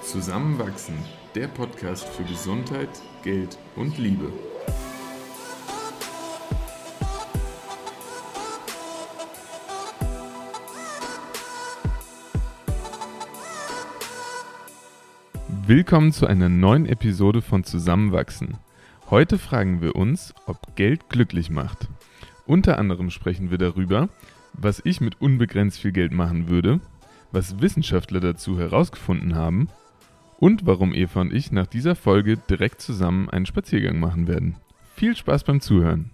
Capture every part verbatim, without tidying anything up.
Zusammenwachsen, der Podcast für Gesundheit, Geld und Liebe. Willkommen zu einer neuen Episode von Zusammenwachsen. Heute fragen wir uns, ob Geld glücklich macht. Unter anderem sprechen wir darüber, was ich mit unbegrenzt viel Geld machen würde, was Wissenschaftler dazu herausgefunden haben und warum Eva und ich nach dieser Folge direkt zusammen einen Spaziergang machen werden. Viel Spaß beim Zuhören.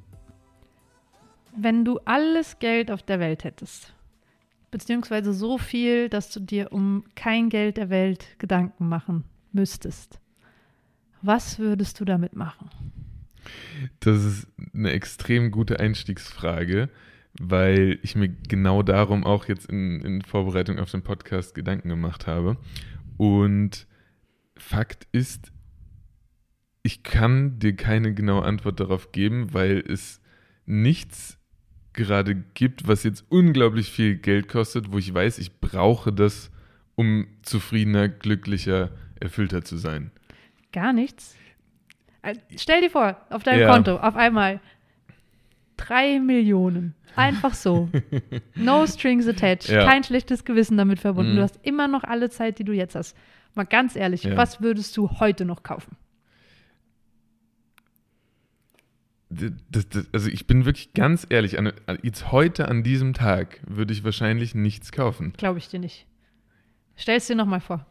Wenn du alles Geld auf der Welt hättest, beziehungsweise so viel, dass du dir um kein Geld der Welt Gedanken machen müsstest, was würdest du damit machen? Das ist eine extrem gute Einstiegsfrage, weil ich mir genau darum auch jetzt in, in Vorbereitung auf den Podcast Gedanken gemacht habe. Und Fakt ist, ich kann dir keine genaue Antwort darauf geben, weil es nichts gerade gibt, was jetzt unglaublich viel Geld kostet, wo ich weiß, ich brauche das, um zufriedener, glücklicher, erfüllter zu sein. Gar nichts? Stell dir vor, auf deinem ja. Konto auf einmal drei Millionen. Einfach so. No strings attached. Ja. Kein schlechtes Gewissen damit verbunden. Mhm. Du hast immer noch alle Zeit, die du jetzt hast. Mal ganz ehrlich, ja. Was würdest du heute noch kaufen? Das, das, also ich bin wirklich ganz ehrlich, an, jetzt heute an diesem Tag würde ich wahrscheinlich nichts kaufen. Glaube ich dir nicht. Stell es dir nochmal vor.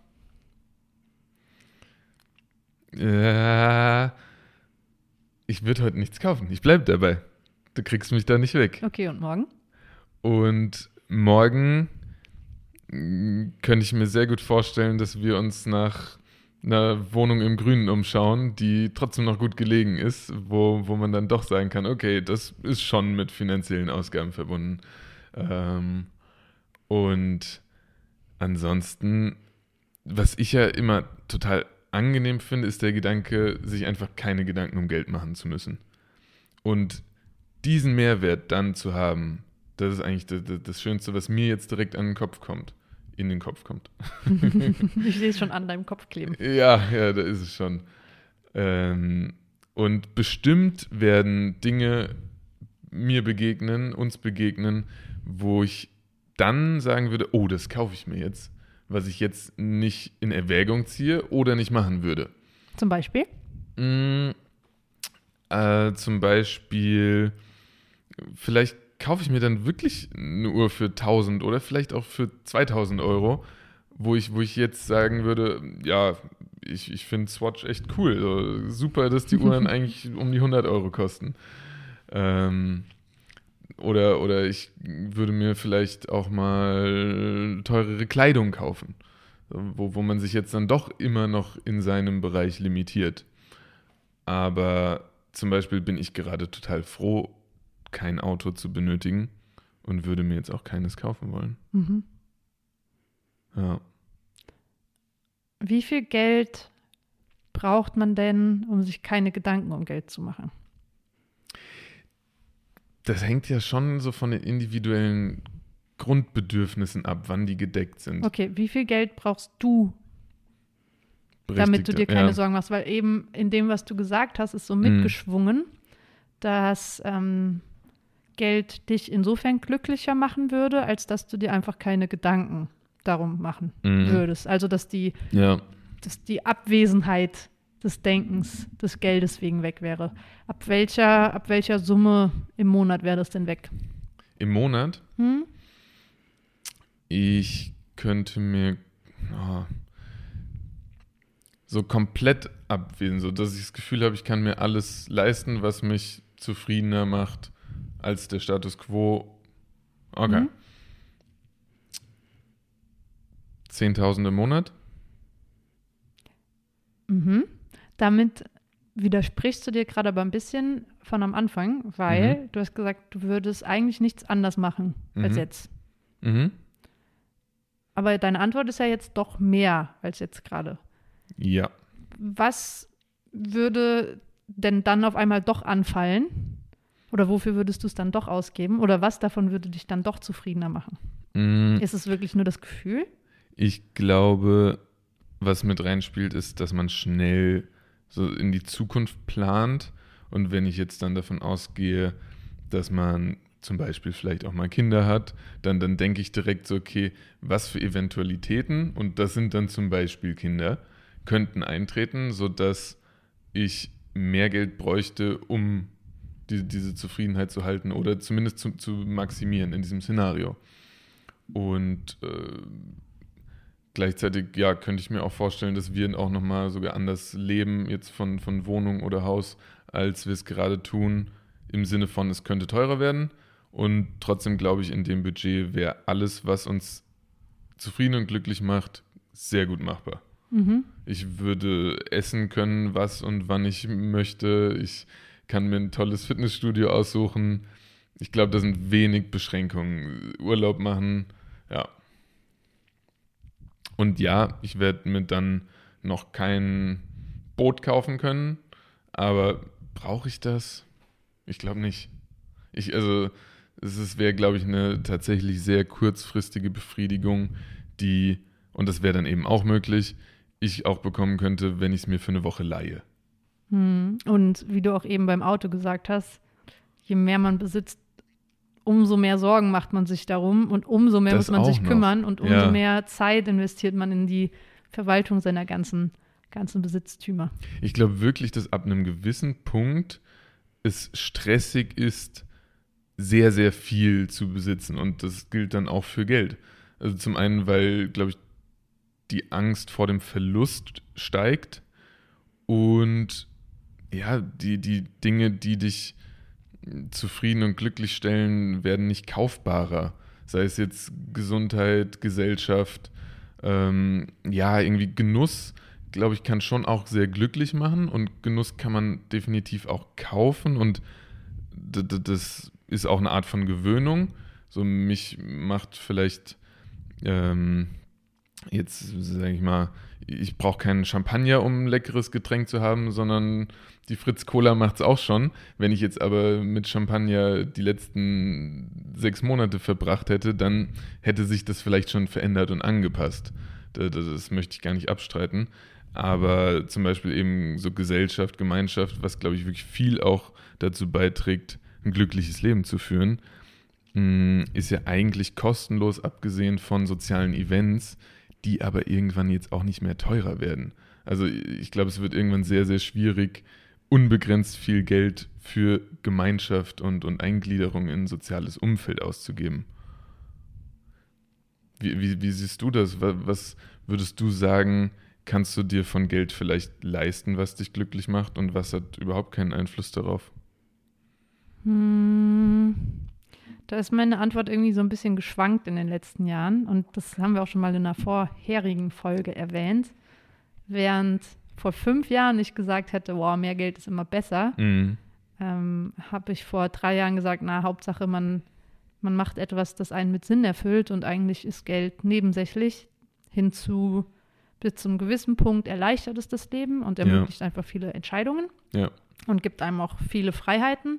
Ja, ich würde heute nichts kaufen. Ich bleibe dabei. Du kriegst mich da nicht weg. Okay, und morgen? Und morgen könnte ich mir sehr gut vorstellen, dass wir uns nach einer Wohnung im Grünen umschauen, die trotzdem noch gut gelegen ist, wo, wo man dann doch sagen kann, okay, das ist schon mit finanziellen Ausgaben verbunden. Ähm, und ansonsten, was ich ja immer total angenehm finde, ist der Gedanke, sich einfach keine Gedanken um Geld machen zu müssen. Und diesen Mehrwert dann zu haben, das ist eigentlich das, das Schönste, was mir jetzt direkt an den Kopf kommt. In den Kopf kommt. Ich sehe es schon an deinem Kopf kleben. Ja, ja, da ist es schon. Ähm, und bestimmt werden Dinge mir begegnen, uns begegnen, wo ich dann sagen würde, oh, das kaufe ich mir jetzt, was ich jetzt nicht in Erwägung ziehe oder nicht machen würde. Zum Beispiel? Mm, äh, zum Beispiel, vielleicht kaufe ich mir dann wirklich eine Uhr für tausend oder vielleicht auch für zweitausend Euro, wo ich, wo ich jetzt sagen würde, ja, ich, ich finde Swatch echt cool. So, super, dass die Uhren eigentlich um die hundert Euro kosten. Ähm, oder, oder ich würde mir vielleicht auch mal teurere Kleidung kaufen, wo, wo man sich jetzt dann doch immer noch in seinem Bereich limitiert. Aber zum Beispiel bin ich gerade total froh, kein Auto zu benötigen und würde mir jetzt auch keines kaufen wollen. Mhm. Ja. Wie viel Geld braucht man denn, um sich keine Gedanken um Geld zu machen? Das hängt ja schon so von den individuellen Grundbedürfnissen ab, wann die gedeckt sind. Okay, wie viel Geld brauchst du, damit du dir keine ja. Sorgen machst? Weil eben in dem, was du gesagt hast, ist so mitgeschwungen, mhm. dass ähm, Geld dich insofern glücklicher machen würde, als dass du dir einfach keine Gedanken darum machen mhm. würdest. Also, dass die, ja. dass die Abwesenheit des Denkens des Geldes wegen weg wäre. Ab welcher, ab welcher Summe im Monat wäre das denn weg? Im Monat? Hm? Ich könnte mir oh, so komplett abwesen, so dass ich das Gefühl habe, ich kann mir alles leisten, was mich zufriedener macht als der Status quo. Okay. Mhm. zehntausend im Monat? Mhm. Damit widersprichst du dir gerade aber ein bisschen von am Anfang, weil mhm. du hast gesagt, du würdest eigentlich nichts anders machen mhm. als jetzt. Mhm. Aber deine Antwort ist ja jetzt doch mehr als jetzt gerade. Ja. Was würde denn dann auf einmal doch anfallen? Oder wofür würdest du es dann doch ausgeben? Oder was davon würde dich dann doch zufriedener machen? Mm. Ist es wirklich nur das Gefühl? Ich glaube, was mit reinspielt, ist, dass man schnell so in die Zukunft plant. Und wenn ich jetzt dann davon ausgehe, dass man zum Beispiel vielleicht auch mal Kinder hat, dann, dann denke ich direkt so, okay, was für Eventualitäten, und das sind dann zum Beispiel Kinder, könnten eintreten, sodass ich mehr Geld bräuchte, um die, diese Zufriedenheit zu halten oder zumindest zu, zu maximieren in diesem Szenario. Und äh, gleichzeitig, ja, könnte ich mir auch vorstellen, dass wir auch nochmal sogar anders leben, jetzt von, von Wohnung oder Haus, als wir es gerade tun, im Sinne von, es könnte teurer werden. Und trotzdem glaube ich, in dem Budget wäre alles, was uns zufrieden und glücklich macht, sehr gut machbar. Mhm. Ich würde essen können, was und wann ich möchte. Ich kann mir ein tolles Fitnessstudio aussuchen. Ich glaube, da sind wenig Beschränkungen. Urlaub machen, ja. Und ja, ich werde mir dann noch kein Boot kaufen können, aber brauche ich das? Ich glaube nicht. Ich, also, es wäre, glaube ich, eine tatsächlich sehr kurzfristige Befriedigung, die, und das wäre dann eben auch möglich, ich auch bekommen könnte, wenn ich es mir für eine Woche leihe. Hm. Und wie du auch eben beim Auto gesagt hast, je mehr man besitzt, umso mehr Sorgen macht man sich darum und umso mehr Das muss man sich auch noch. kümmern und umso Ja. mehr Zeit investiert man in die Verwaltung seiner ganzen, ganzen Besitztümer. Ich glaube wirklich, dass ab einem gewissen Punkt es stressig ist, sehr, sehr viel zu besitzen. Und das gilt dann auch für Geld. Also zum einen, weil, glaube ich, die Angst vor dem Verlust steigt und ja, die, die Dinge, die dich zufrieden und glücklich stellen, werden nicht kaufbarer. Sei es jetzt Gesundheit, Gesellschaft, ähm, ja, irgendwie Genuss, glaube ich, kann schon auch sehr glücklich machen und Genuss kann man definitiv auch kaufen und d- d- das ist auch eine Art von Gewöhnung. So mich macht vielleicht ähm, jetzt, sage ich mal, ich brauche keinen Champagner, um ein leckeres Getränk zu haben, sondern die Fritz Cola macht es auch schon. Wenn ich jetzt aber mit Champagner die letzten sechs Monate verbracht hätte, dann hätte sich das vielleicht schon verändert und angepasst. Das, das möchte ich gar nicht abstreiten. Aber zum Beispiel eben so Gesellschaft, Gemeinschaft, was, glaube ich, wirklich viel auch dazu beiträgt, ein glückliches Leben zu führen, ist ja eigentlich kostenlos, abgesehen von sozialen Events, die aber irgendwann jetzt auch nicht mehr teurer werden. Also ich glaube, es wird irgendwann sehr, sehr schwierig, unbegrenzt viel Geld für Gemeinschaft und, und Eingliederung in ein soziales Umfeld auszugeben. Wie, wie, wie siehst du das? Was würdest du sagen, kannst du dir von Geld vielleicht leisten, was dich glücklich macht und was hat überhaupt keinen Einfluss darauf? Hm, da ist meine Antwort irgendwie so ein bisschen geschwankt in den letzten Jahren und das haben wir auch schon mal in einer vorherigen Folge erwähnt. Während vor fünf Jahren ich gesagt hätte, wow, mehr Geld ist immer besser, mhm. ähm, habe ich vor drei Jahren gesagt, na, Hauptsache man, man macht etwas, das einen mit Sinn erfüllt und eigentlich ist Geld nebensächlich. Hinzu, bis zum gewissen Punkt erleichtert es das Leben und ermöglicht ja. einfach viele Entscheidungen ja. und gibt einem auch viele Freiheiten.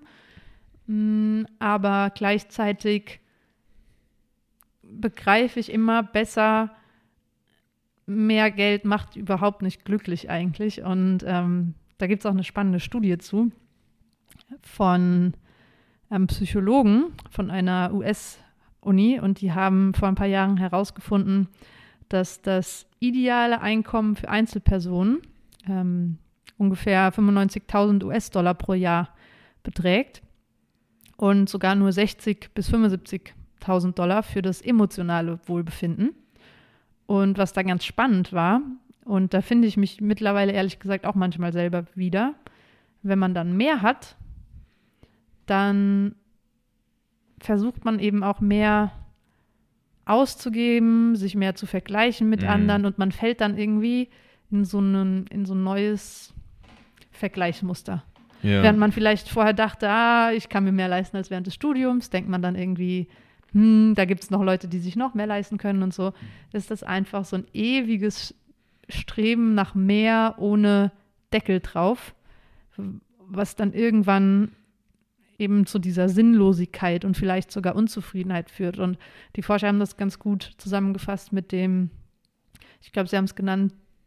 Aber gleichzeitig begreife ich immer besser, mehr Geld macht überhaupt nicht glücklich eigentlich. Und ähm, da gibt es auch eine spannende Studie zu von einem Psychologen von einer U S-Uni. Und die haben vor ein paar Jahren herausgefunden, dass das ideale Einkommen für Einzelpersonen ähm, ungefähr fünfundneunzigtausend US-Dollar pro Jahr beträgt. Und sogar nur sechzig bis fünfundsiebzigtausend Dollar für das emotionale Wohlbefinden. Und was da ganz spannend war, und da finde ich mich mittlerweile ehrlich gesagt auch manchmal selber wieder, wenn man dann mehr hat, dann versucht man eben auch mehr auszugeben, sich mehr zu vergleichen mit mhm. anderen und man fällt dann irgendwie in so, einen, in so ein neues Vergleichsmuster. Ja. Während man vielleicht vorher dachte, ah, ich kann mir mehr leisten als während des Studiums, denkt man dann irgendwie, hm, da gibt es noch Leute, die sich noch mehr leisten können und so. Ist das einfach so ein ewiges Streben nach mehr ohne Deckel drauf, was dann irgendwann eben zu dieser Sinnlosigkeit und vielleicht sogar Unzufriedenheit führt. Und die Forscher haben das ganz gut zusammengefasst mit dem, ich glaube, sie haben es genannt,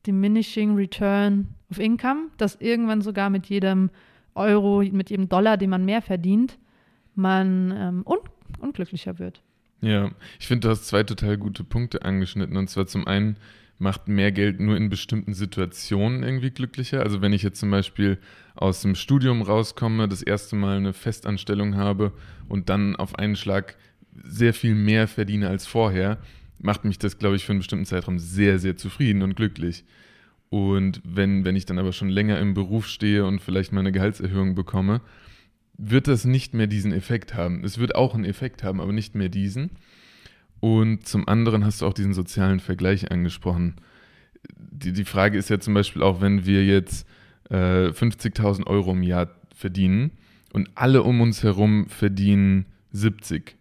diminishing return of income, dass irgendwann sogar mit jedem Euro, mit jedem Dollar, den man mehr verdient, man ähm, un- unglücklicher wird. Ja, ich finde, du hast zwei total gute Punkte angeschnitten. Und zwar zum einen macht mehr Geld nur in bestimmten Situationen irgendwie glücklicher. Also wenn ich jetzt zum Beispiel aus dem Studium rauskomme, das erste Mal eine Festanstellung habe und dann auf einen Schlag sehr viel mehr verdiene als vorher, macht mich das, glaube ich, für einen bestimmten Zeitraum sehr, sehr zufrieden und glücklich. Und wenn, wenn ich dann aber schon länger im Beruf stehe und vielleicht mal eine Gehaltserhöhung bekomme, wird das nicht mehr diesen Effekt haben. Es wird auch einen Effekt haben, aber nicht mehr diesen. Und zum anderen hast du auch diesen sozialen Vergleich angesprochen. Die, die Frage ist ja zum Beispiel auch, wenn wir jetzt äh, fünfzigtausend Euro im Jahr verdienen und alle um uns herum verdienen siebzig.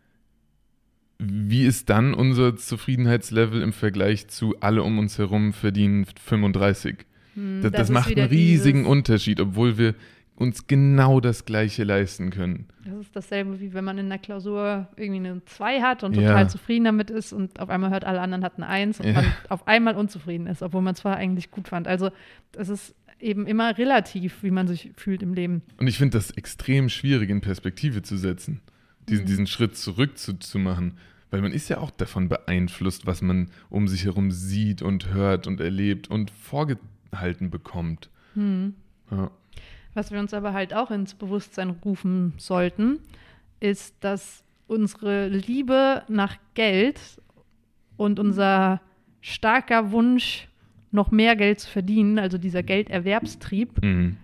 Wie ist dann unser Zufriedenheitslevel im Vergleich zu alle um uns herum verdienen fünfunddreißig? Hm, das das, das macht einen riesigen dieses... Unterschied, obwohl wir uns genau das Gleiche leisten können. Das ist dasselbe, wie wenn man in der Klausur irgendwie eine zwei hat und total ja. zufrieden damit ist und auf einmal hört, alle anderen hatten eine eins und ja. man auf einmal unzufrieden ist, obwohl man es zwar eigentlich gut fand. Also das ist eben immer relativ, wie man sich fühlt im Leben. Und ich finde das extrem schwierig in Perspektive zu setzen, diesen, mhm. diesen Schritt zurück zu, zu machen, weil man ist ja auch davon beeinflusst, was man um sich herum sieht und hört und erlebt und vorgehalten bekommt. Mhm. Ja. Was wir uns aber halt auch ins Bewusstsein rufen sollten, ist, dass unsere Liebe nach Geld und unser starker Wunsch, noch mehr Geld zu verdienen, also dieser Gelderwerbstrieb, mhm.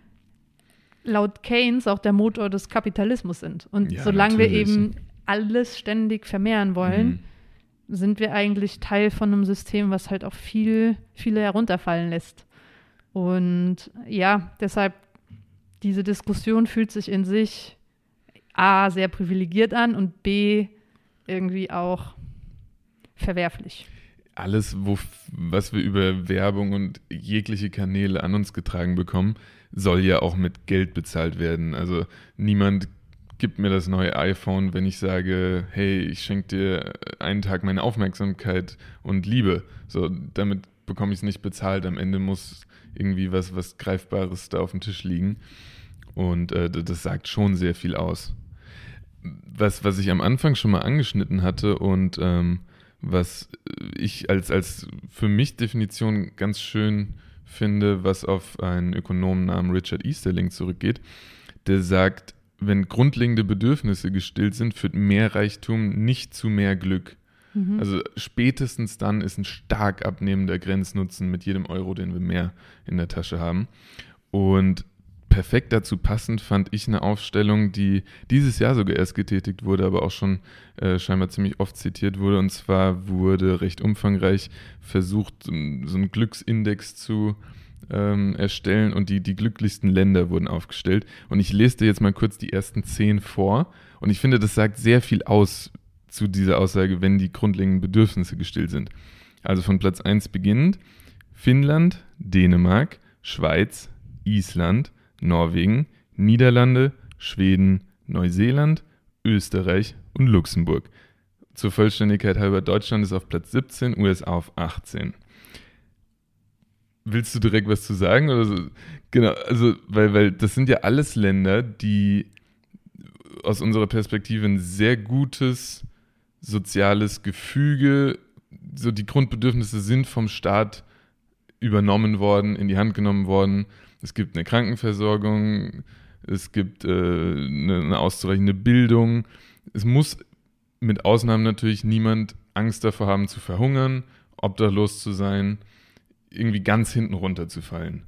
laut Keynes auch der Motor des Kapitalismus sind. Und ja, solange natürlich. wir eben alles ständig vermehren wollen, mhm. sind wir eigentlich Teil von einem System, was halt auch viel, viele herunterfallen lässt. Und ja, deshalb diese Diskussion fühlt sich in sich A, sehr privilegiert an und B, irgendwie auch verwerflich. Alles, wo, was wir über Werbung und jegliche Kanäle an uns getragen bekommen, soll ja auch mit Geld bezahlt werden. Also niemand gibt mir das neue iPhone, wenn ich sage, hey, ich schenke dir einen Tag meine Aufmerksamkeit und Liebe. So, damit bekomme ich es nicht bezahlt. Am Ende muss irgendwie was, was Greifbares da auf dem Tisch liegen. Und äh, das sagt schon sehr viel aus. Was, was ich am Anfang schon mal angeschnitten hatte und ähm, was ich als, als für mich Definition ganz schön finde, was auf einen Ökonomen namens Richard Easterling zurückgeht, der sagt, wenn grundlegende Bedürfnisse gestillt sind, führt mehr Reichtum nicht zu mehr Glück. Mhm. Also spätestens dann ist ein stark abnehmender Grenznutzen mit jedem Euro, den wir mehr in der Tasche haben. Und perfekt dazu passend fand ich eine Aufstellung, die dieses Jahr sogar erst getätigt wurde, aber auch schon äh, scheinbar ziemlich oft zitiert wurde. Und zwar wurde recht umfangreich versucht, so einen Glücksindex zu ähm, erstellen und die, die glücklichsten Länder wurden aufgestellt. Und ich lese dir jetzt mal kurz die ersten zehn vor. Und ich finde, das sagt sehr viel aus zu dieser Aussage, wenn die grundlegenden Bedürfnisse gestillt sind. Also von Platz eins beginnend: Finnland, Dänemark, Schweiz, Island, Norwegen, Niederlande, Schweden, Neuseeland, Österreich und Luxemburg. Zur Vollständigkeit halber, Deutschland ist auf Platz siebzehn, U S A auf achtzehn. Willst du direkt was zu sagen? Oder so? Genau, also, weil, weil das sind ja alles Länder, die aus unserer Perspektive ein sehr gutes soziales Gefüge, so die Grundbedürfnisse sind vom Staat übernommen worden, in die Hand genommen worden. Es gibt eine Krankenversorgung, es gibt äh, eine, eine ausreichende Bildung. Es muss mit Ausnahmen natürlich niemand Angst davor haben zu verhungern, obdachlos zu sein, irgendwie ganz hinten runterzufallen.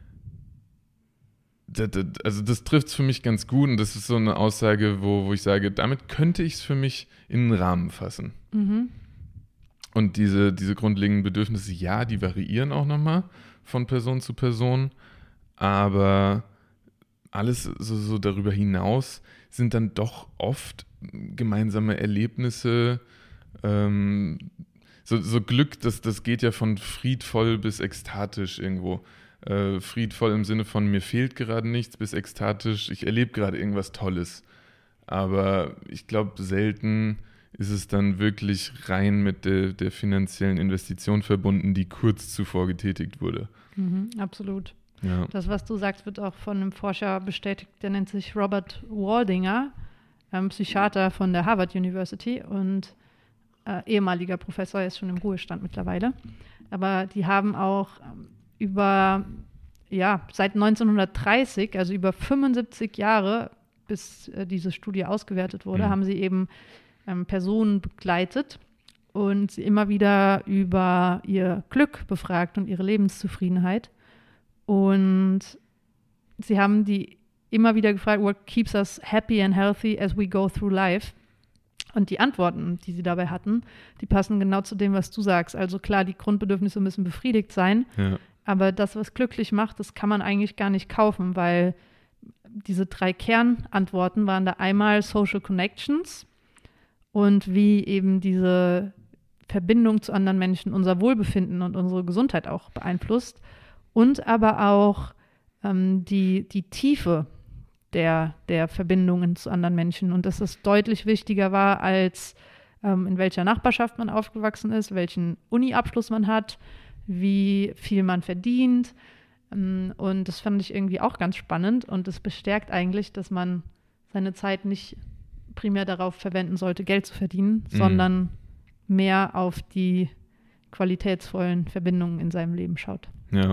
Das, das, also das trifft es für mich ganz gut und das ist so eine Aussage, wo, wo ich sage, damit könnte ich es für mich in einen Rahmen fassen. Mhm. Und diese, diese grundlegenden Bedürfnisse, ja, die variieren auch nochmal von Person zu Person. Aber alles so, so darüber hinaus sind dann doch oft gemeinsame Erlebnisse. Ähm, so, so Glück, das, das geht ja von friedvoll bis ekstatisch irgendwo. Äh, friedvoll im Sinne von, mir fehlt gerade nichts, bis ekstatisch, ich erlebe gerade irgendwas Tolles. Aber ich glaube, selten ist es dann wirklich rein mit der, der finanziellen Investition verbunden, die kurz zuvor getätigt wurde. Mhm, absolut. Ja. Das, was du sagst, wird auch von einem Forscher bestätigt, der nennt sich Robert Waldinger, ähm, Psychiater von der Harvard University und äh, ehemaliger Professor, er ist schon im Ruhestand mittlerweile. Aber die haben auch ähm, über, ja, seit neunzehnhundertdreißig, also über fünfundsiebzig Jahre, bis äh, diese Studie ausgewertet wurde, Mhm. haben sie eben ähm, Personen begleitet und sie immer wieder über ihr Glück befragt und ihre Lebenszufriedenheit. Und sie haben die immer wieder gefragt, what keeps us happy and healthy as we go through life? Und die Antworten, die sie dabei hatten, die passen genau zu dem, was du sagst. Also klar, die Grundbedürfnisse müssen befriedigt sein, Ja. aber das, was glücklich macht, das kann man eigentlich gar nicht kaufen, weil diese drei Kernantworten waren da einmal Social Connections und wie eben diese Verbindung zu anderen Menschen unser Wohlbefinden und unsere Gesundheit auch beeinflusst. Und aber auch ähm, die, die Tiefe der, der Verbindungen zu anderen Menschen und dass es deutlich wichtiger war, als ähm, in welcher Nachbarschaft man aufgewachsen ist, welchen Uni-Abschluss man hat, wie viel man verdient. Ähm, und das fand ich irgendwie auch ganz spannend und es bestärkt eigentlich, dass man seine Zeit nicht primär darauf verwenden sollte, Geld zu verdienen, Mhm. sondern mehr auf die qualitätsvollen Verbindungen in seinem Leben schaut. Ja.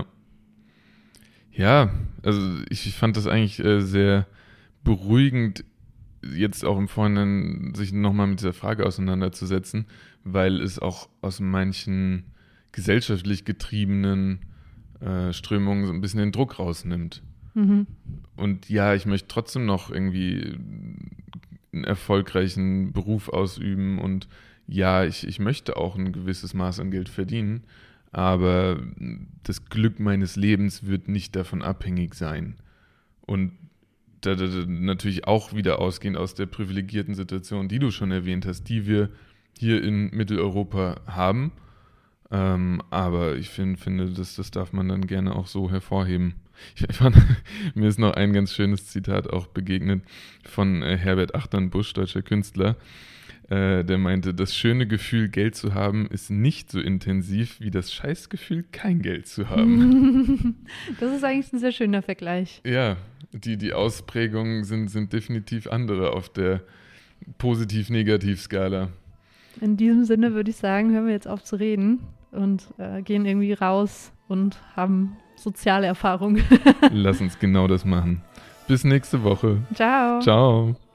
Ja, also ich, ich fand das eigentlich äh, sehr beruhigend, jetzt auch im Vorhinein sich nochmal mit dieser Frage auseinanderzusetzen, weil es auch aus manchen gesellschaftlich getriebenen äh, Strömungen so ein bisschen den Druck rausnimmt. Mhm. Und ja, ich möchte trotzdem noch irgendwie einen erfolgreichen Beruf ausüben und ja, ich, ich möchte auch ein gewisses Maß an Geld verdienen, aber das Glück meines Lebens wird nicht davon abhängig sein. Und da, da, da natürlich auch wieder ausgehend aus der privilegierten Situation, die du schon erwähnt hast, die wir hier in Mitteleuropa haben. Ähm, aber ich find, finde, das, das darf man dann gerne auch so hervorheben. Ich fand, mir ist noch ein ganz schönes Zitat auch begegnet von äh, Herbert Achternbusch, deutscher Künstler. Äh, der meinte, das schöne Gefühl, Geld zu haben, ist nicht so intensiv wie das Scheißgefühl, kein Geld zu haben. Das ist eigentlich ein sehr schöner Vergleich. Ja, die, die Ausprägungen sind, sind definitiv andere auf der Positiv-Negativ-Skala. In diesem Sinne würde ich sagen, hören wir jetzt auf zu reden und äh, gehen irgendwie raus und haben soziale Erfahrungen. Lass uns genau das machen. Bis nächste Woche. Ciao. Ciao.